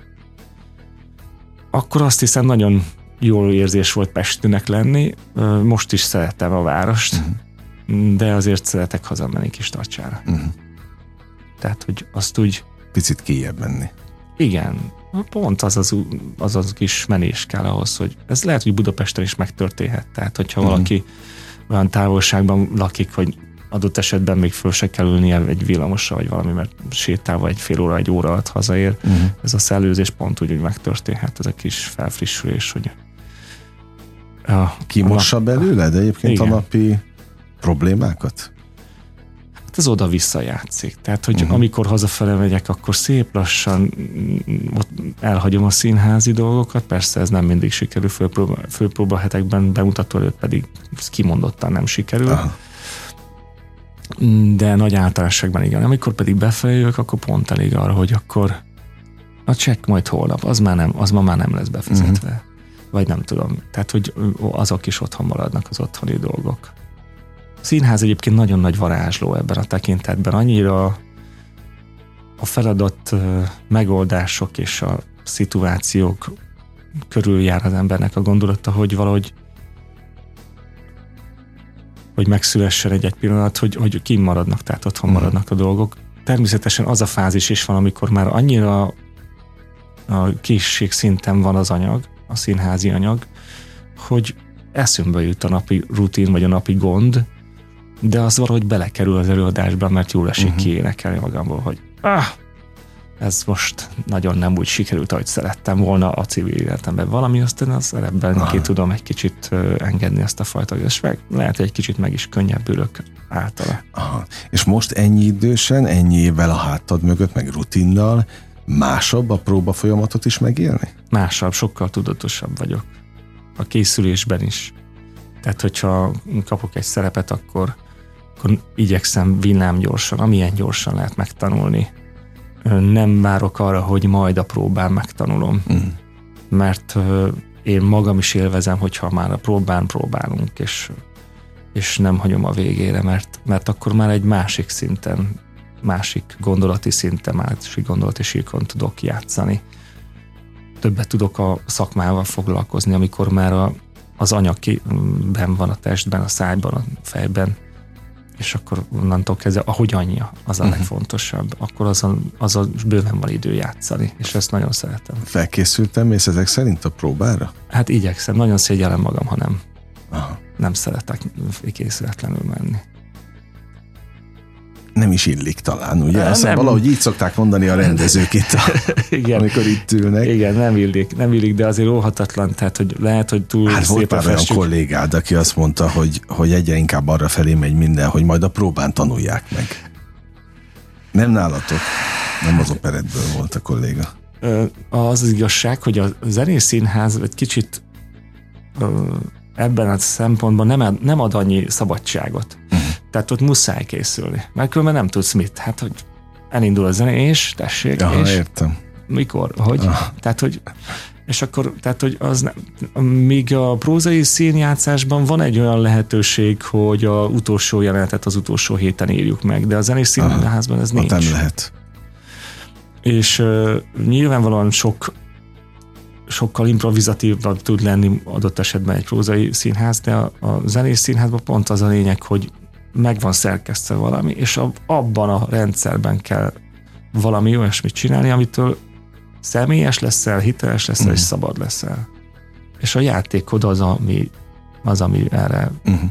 akkor azt hiszem nagyon jó érzés volt Pestűnek lenni. Most is szeretem a várost, de azért szeretek hazamenni Kistarcsára. Tehát, hogy azt úgy... Picit kijjebb menni. Igen. Pont az kis menés kell ahhoz, hogy ez lehet, hogy Budapesten is megtörténhet. Tehát, hogyha valaki olyan távolságban lakik, hogy adott esetben még föl se kell ülnie egy villamosra, vagy valami, mert sétálva egy fél óra, egy óra alatt hazaér. Ez a szellőzés pont úgy igen, ez a kis felfrissülés, hogy kimossa belőle, de egyébként igen. A napi problémákat? Hát ez oda-vissza játszik. Tehát, hogy amikor hazafele megyek, akkor szép lassan ott elhagyom a színházi dolgokat, persze ez nem mindig sikerül, főpróbahetekben bemutató előtt pedig kimondottan nem sikerül. Aha. De nagy általánosságban igen. Amikor pedig befelé jövök, akkor pont elég arra, hogy akkor a csekk majd holnap, az ma már nem lesz befizetve. Vagy nem tudom. Tehát, hogy azok is otthon maradnak, az otthoni dolgok. A színház egyébként nagyon nagy varázsló ebben a tekintetben. Annyira a feladat megoldások és a szituációk körül jár az embernek a gondolata, hogy valahogy hogy megszülessen egy pillanat, hogy kimaradnak, tehát otthon maradnak a dolgok. Természetesen az a fázis is van, amikor már annyira a készség szinten van az anyag, a színházi anyag, hogy eszünkbe jut a napi rutin, vagy a napi gond, de az valahogy belekerül az előadásban, mert jól esik kiénekelni magamból, hogy ez most nagyon nem úgy sikerült, ahogy szerettem volna a civil életemben valami, aztán az ebben ki tudom egy kicsit engedni ezt a fajta, és lehet, hogy egy kicsit meg is könnyebbülök általa. Aha. És most ennyi idősen, ennyi évvel a hátad mögött, meg rutinnal másabb a próba folyamatot is megélni? Másabb, sokkal tudatosabb vagyok. A készülésben is. Tehát, hogyha kapok egy szerepet, akkor igyekszem villámgyorsan, amilyen gyorsan lehet megtanulni. Nem várok arra, hogy majd a próbán megtanulom. Mert én magam is élvezem, hogyha már a próbán próbálunk, és nem hagyom a végére, mert akkor már egy másik szinten, másik gondolati szinten, másik gondolati síkon tudok játszani. Többet tudok a szakmával foglalkozni, amikor már az anyag benn van a testben, a szájban, a fejben, és akkor onnantól kezdve, ahogy anyja, az a legfontosabb, akkor azon bőven van idő játszani, és ezt nagyon szeretem. Felkészültem, mész ezek szerint a próbára? Hát igyekszem, nagyon szégyellem magam, ha nem szeretek készületlenül menni. nem is illik talán, ugye? Aztán nem. Valahogy így szokták mondani a rendezők itt, igen. amikor itt ülnek. Igen, nem illik, de azért óhatatlan, tehát hogy lehet, hogy túl hát volt szépen már olyan festjük. kollégád, aki azt mondta, hogy egyre inkább arra felé megy minden, hogy majd a próbán tanulják meg. Nem nálatok, nem az operettből volt a kolléga. Az igazság, hogy a Zenés Színház egy kicsit ebben a szempontban nem ad annyi szabadságot. Tehát ott muszáj készülni. Mert különben nem tudsz mit. Hát, hogy elindul a zene, és tessék, Aha, és értem. mikor, hogy? Tehát, hogy és akkor, tehát, hogy az nem, míg a prózai színjátszásban van egy olyan lehetőség, hogy a utolsó jelenetet az utolsó héten írjuk meg, de a Zenés Színházban ez nincs. Nem lehet. És nyilvánvalóan sokkal improvizatívabb tud lenni adott esetben egy prózai színház, de a zenés színházban pont az a lényeg, hogy meg van szerkesztve valami, és abban a rendszerben kell valami olyasmit csinálni, amitől személyes leszel, hiteles leszel, és szabad leszel. És a játékod az, ami erre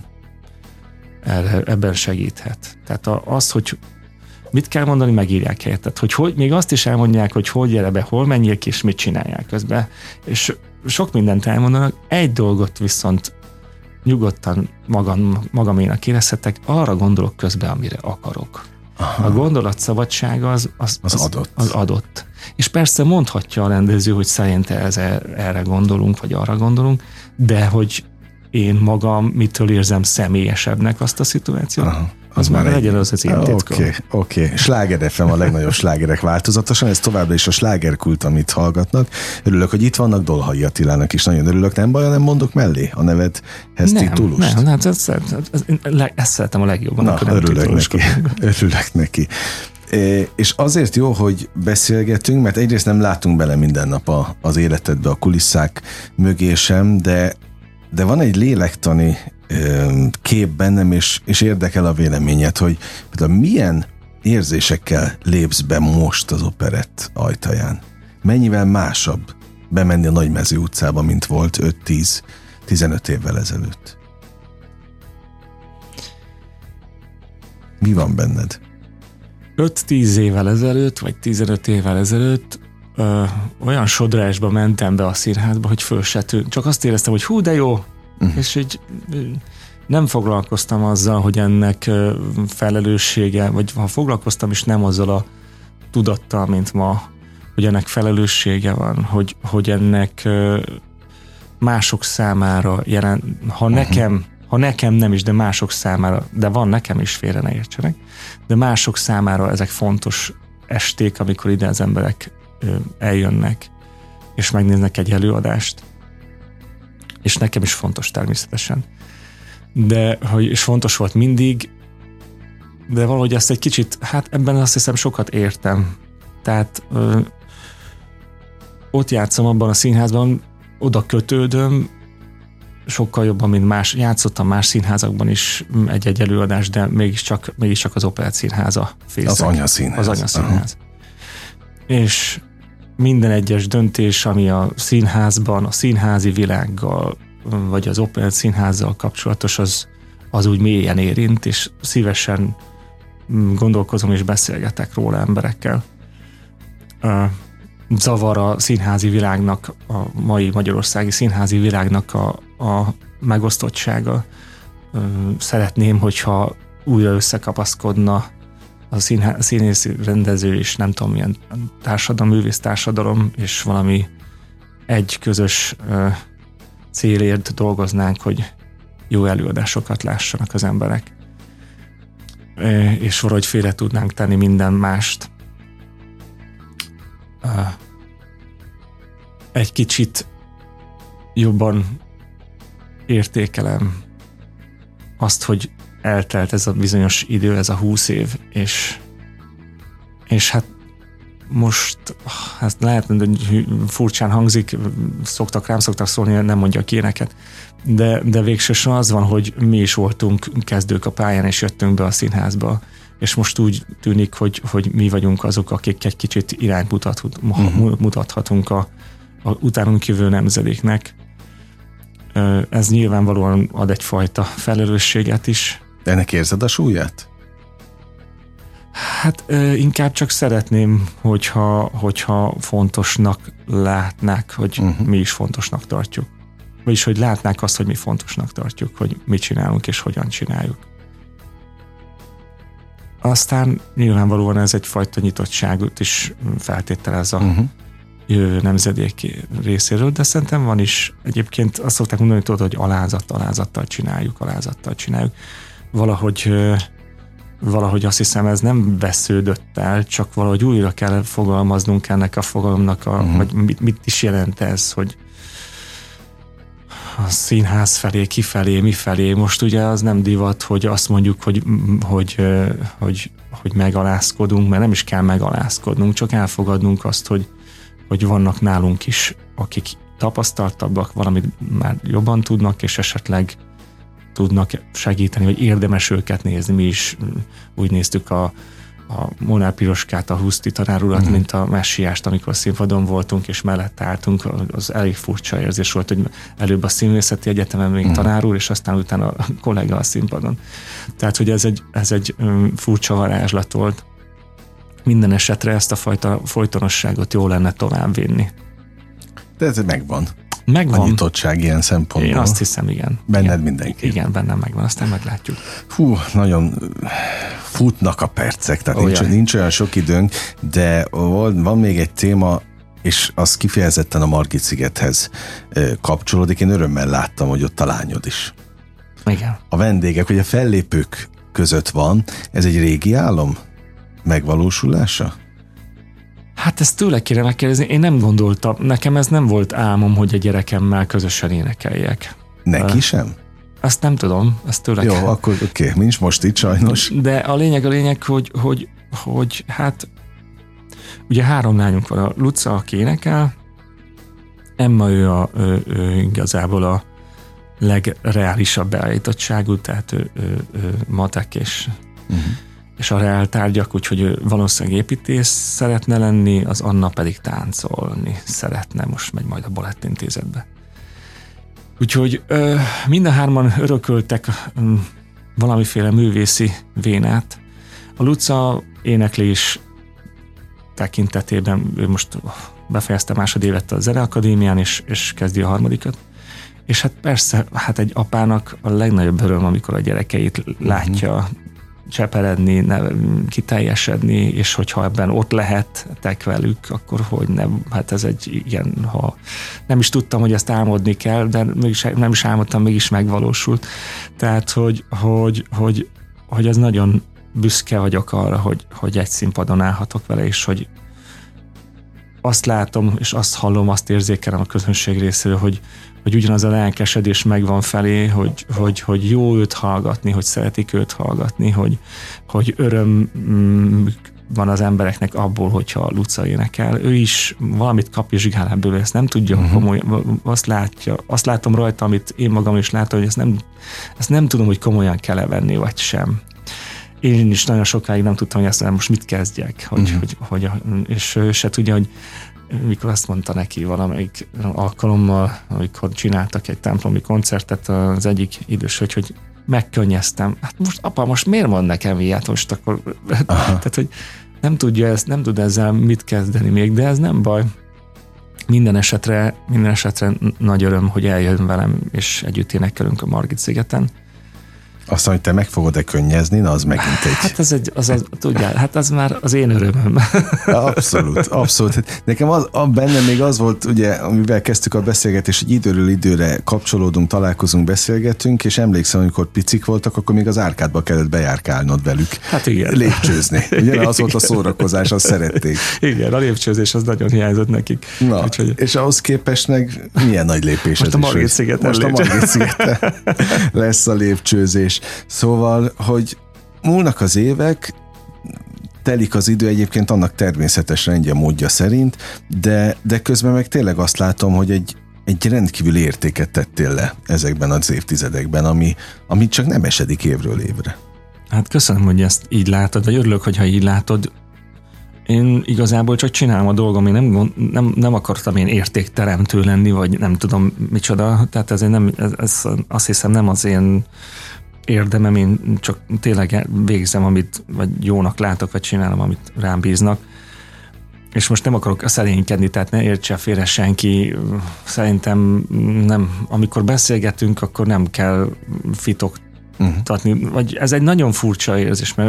ebben segíthet. Tehát az, hogy mit kell mondani, megírják helyettet. Hogy még azt is elmondják, hogy gyere be, hol menjék, és mit csinálják közben. És sok mindent elmondanak, egy dolgot viszont nyugodtan magaménak érezhetek, arra gondolok közben, amire akarok. Aha. A gondolatszabadsága az adott. És persze mondhatja a rendező, hogy szerinte erre gondolunk, vagy arra gondolunk, de hogy én magam mitől érzem személyesebbnek azt a szituációt, az már legyen az én titkom. Oké. Sláger FM a legnagyobb slágerek változatosan, ez továbbra is a slágerkult, amit hallgatnak. Örülök, hogy itt vannak, Dolhai Attilának is nagyon örülök, nem baj, nem mondok mellé a nevedhez titulust? Nem, ezt szeretem a legjobban. Na, örülök neki. És azért jó, hogy beszélgetünk, mert egyrészt nem látunk bele minden nap az életedbe, a kulisszák mögé sem, de van egy lélektani kép bennem, és érdekel a véleményed, hogy milyen érzésekkel lépsz be most az operett ajtaján. Mennyivel másabb bemenni a Nagymező utcába, mint volt 5-10-15 évvel ezelőtt? Mi van benned? 5-10 évvel ezelőtt, vagy 15 évvel ezelőtt olyan sodrásba mentem be a színházba, hogy föl se tűnt. Csak azt éreztem, hogy hú, de jó, és így nem foglalkoztam azzal, hogy ennek felelőssége, vagy ha foglalkoztam is, nem azzal a tudattal, mint ma, hogy ennek felelőssége van, hogy ennek mások számára ha nekem nem is, de mások számára, de van nekem is, félre ne értsenek, de mások számára ezek fontos esték, amikor ide az emberek eljönnek, és megnéznek egy előadást, és nekem is fontos természetesen. És fontos volt mindig, de valahogy ezt egy kicsit, hát ebben azt hiszem sokat értem. Tehát ott játszom abban a színházban, oda kötődöm, sokkal jobban, mint más. Játszottam más színházakban is egy-egy előadás, de mégiscsak az Operett Színháza fészek. Az anyaszínház. Az anyaszínház. És minden egyes döntés, ami a színházban, a színházi világgal, vagy az Operett Színházzal kapcsolatos, az úgy mélyen érint, és szívesen gondolkozom és beszélgetek róla emberekkel. Zavar a színházi világnak, a mai magyarországi színházi világnak a megosztottsága. Szeretném, hogyha újra összekapaszkodna a színészi rendező és nem tudom milyen művész társadalom, és valami egy közös célért dolgoznánk, hogy jó előadásokat lássanak az emberek. És valahogy félre tudnánk tenni minden mást. Egy kicsit jobban értékelem azt, hogy eltelt ez a bizonyos idő, ez a 20 év, és hát most, hát lehet, hogy furcsán hangzik, rám szoktak szólni, nem mondjak ilyeneket, de végsősorban az van, hogy mi is voltunk kezdők a pályán, és jöttünk be a színházba, és most úgy tűnik, hogy mi vagyunk azok, akik egy kicsit irányt mutathatunk a utánunk jövő nemzedéknek. Ez nyilvánvalóan ad egyfajta felelősséget is. De ennek érzed a súlyát? Hát inkább csak szeretném, hogyha fontosnak látnák, hogy mi is fontosnak tartjuk. Vagyis, hogy látnák azt, hogy mi fontosnak tartjuk, hogy mit csinálunk és hogyan csináljuk. Aztán nyilvánvalóan ez egyfajta nyitottságot is feltételez a jövő nemzedék részéről, de szerintem van is, egyébként azt szokták mondani, hogy alázattal csináljuk. Valahogy azt hiszem, ez nem vesződött el, csak valahogy újra kell fogalmaznunk ennek a fogalomnak, hogy mit is jelent ez, hogy a színház felé, kifelé, mifelé. Most ugye az nem divat, hogy azt mondjuk, hogy megalázkodunk, mert nem is kell megalázkodnunk, csak elfogadnunk azt, hogy vannak nálunk is, akik tapasztaltabbak, valamit már jobban tudnak, és esetleg tudnak segíteni, vagy érdemes őket nézni. Mi is úgy néztük a Molnár Piroskát, a Huszti tanárurat, mint a Messiást, amikor színpadon voltunk, és mellett álltunk, az elég furcsa érzés volt, hogy előbb a Színművészeti Egyetemen még tanár úr, és aztán utána a kollega a színpadon. Tehát, hogy ez egy furcsa varázslat volt. Minden esetre ezt a fajta folytonosságot jó lenne továbbvinni. De ez megvan. Megvan. A nyitottság ilyen szempontból. Én azt hiszem, igen. Benned igen. mindenki. Igen, bennem megvan, aztán meglátjuk. Hú, nagyon futnak a percek, tehát nincs olyan sok időnk, de van még egy téma, és az kifejezetten a Margit-szigethez kapcsolódik. Én örömmel láttam, hogy ott a lányod is. Igen. A vendégek, vagy a fellépők között van. Ez egy régi álom megvalósulása? Hát ezt tőle kéne megkérdezni, én nem gondoltam, nekem ez nem volt álmom, hogy a gyerekemmel közösen énekeljek. Neki sem? Azt nem tudom, ezt tőle Jó, kell. akkor oké, nincs most itt sajnos. De a lényeg, hogy hát ugye 3 lányunk van, a Luca, aki énekel, Emma, ő igazából a legreálisabb beállítottságú, tehát ő matek és a reál tárgyak, úgyhogy ő valószínűleg építész szeretne lenni, az Anna pedig táncolni szeretne, most megy majd a Balettintézetbe. Úgyhogy mind a 3-an örököltek valamiféle művészi vénát. A Luca éneklés tekintetében ő most befejezte másodévet a Zeneakadémián, és kezdi a 3. És hát persze, hát egy apának a legnagyobb öröm, amikor a gyerekeit látja cseperedni, kiteljesedni, és hogyha ebben ott lehettek velük, akkor hogy nem, hát ez egy igen, ha nem is tudtam, hogy ezt álmodni kell, de mégis, nem is álmodtam, mégis megvalósult. Tehát, hogy ez nagyon büszke vagyok arra, hogy egy színpadon állhatok vele, és hogy azt látom, és azt hallom, azt érzékelem a közönség részéről, hogy ugyanaz a lelkesedés megvan felé, hogy jó őt hallgatni, hogy szeretik őt hallgatni, hogy öröm van az embereknek abból, hogyha a Luca énekel. Ő is valamit kap vizsgál ebből, ezt nem tudja komolyan, azt látom rajta, amit én magam is látom, hogy ezt nem tudom, hogy komolyan kell venni, vagy sem. Én is nagyon sokáig nem tudtam, hogy ezt most mit kezdjek, és ő se tudja, hogy mikor azt mondta neki valamelyik alkalommal, amikor csináltak egy templomi koncertet, az egyik idős, hogy megkönnyeztem. Hát most apa, most miért mond nekem ilyet most akkor? Tehát, hogy nem tud ezzel mit kezdeni még, de ez nem baj. Minden esetre nagy öröm, hogy eljön velem, és együtt énekelünk a Margit-szigeten. Aztán, hogy te meg fogod-e könnyezni, na az megint egy... Hát tudjál, hát az már az én örömöm. Abszolút. Nekem benne még az volt, ugye, amivel kezdtük a beszélgetést, hogy időről időre kapcsolódunk, találkozunk, beszélgetünk, és emlékszem, amikor picik voltak, akkor még az árkádba kellett bejárkálnod velük. Hát igen. Lépcsőzni. Ugye, az volt a szórakozás, azt szerették. Igen, a lépcsőzés az nagyon hiányzott nekik. Na, úgyhogy... és ahhoz képest meg milyen nagy lépés most ez a Margit-szigeten most a Margit-szigeten lesz a lépcsőzés. Szóval, hogy múlnak az évek, telik az idő egyébként annak természetes rendje módja szerint, de közben meg tényleg azt látom, hogy egy rendkívüli értéket tettél le ezekben az évtizedekben, ami csak nem esedik évről évre. Hát köszönöm, hogy ezt így látod, vagy örülök, hogyha így látod. Én igazából csak csinálom a dolgom, én nem akartam én értékteremtő lenni, vagy nem tudom micsoda, tehát ez azt hiszem nem az én érdemem, én csak tényleg végzem, amit vagy jónak látok, vagy csinálom, amit rám bíznak. És most nem akarok szerénykedni, tehát ne értse félre senki. Szerintem nem, amikor beszélgetünk, akkor nem kell fitoktatni. Vagy ez egy nagyon furcsa érzés, mert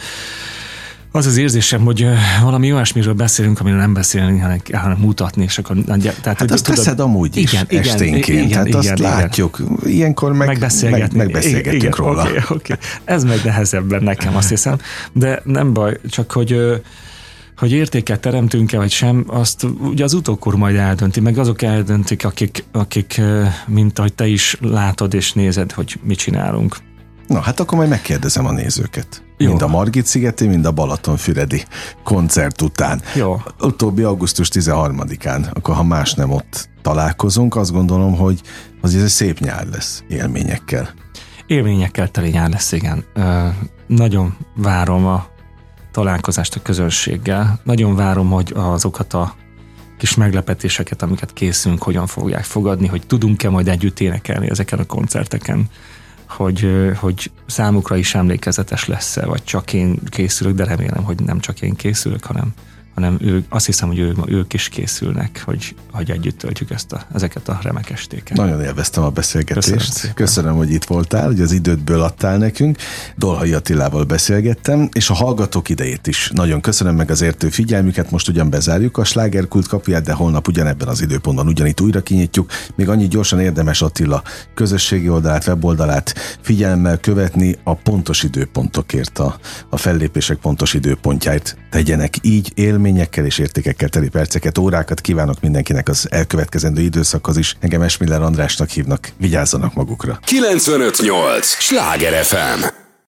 az az érzésem, hogy valami olyasmiről beszélünk, amiről nem beszélni, hanem mutatni. És akkor, tehát, hát azt teszed amúgy is esténként, tehát azt látjuk. Ilyenkor megbeszélgetünk róla. Okay. Ez meg nehezebben nekem, azt hiszem. De nem baj, csak hogy értéket teremtünk-e, vagy sem, azt ugye az utókor majd eldönti, meg azok eldöntik, akik mint ahogy te is látod és nézed, hogy mit csinálunk. Na, hát akkor majd megkérdezem a nézőket. Jó. Mind a Margit-szigeti, mind a Balatonfüredi koncert után. Jó. Utóbbi augusztus 13-án, akkor ha más nem ott találkozunk, azt gondolom, hogy az ez egy szép nyár lesz élményekkel. Élményekkel teli nyár lesz, igen. Nagyon várom a találkozást a közönséggel. Nagyon várom, hogy azokat a kis meglepetéseket, amiket készülünk, hogyan fogják fogadni, hogy tudunk-e majd együtt énekelni ezeken a koncerteken, hogy számukra is emlékezetes lesz-e, vagy csak én készülök, de remélem, hogy nem csak én készülök, hanem ők, azt hiszem, hogy ők is készülnek, hogy együtt töltjük ezeket a remek estéket. Nagyon élveztem a beszélgetést. Köszönöm, hogy itt voltál, hogy az idődből adtál nekünk. Dolhai Attilával beszélgettem, és a hallgatók idejét is nagyon köszönöm, meg az értő figyelmüket. Most ugyan bezárjuk a Slágerkult kapuját, de holnap ugyanebben az időpontban ugyanitt újra kinyitjuk. Még annyit gyorsan érdemes Attila közösségi oldalát, weboldalát figyelemmel követni, a pontos időpontokért, a fellépések pontos időpontjáért tegyenek így. Élményekkel és értékekkel teli perceket, órákat kívánok mindenkinek az elkövetkezendő időszakhoz is. Engem Esmiller Andrásnak hívnak, vigyázzanak magukra. 95.8 Sláger FM.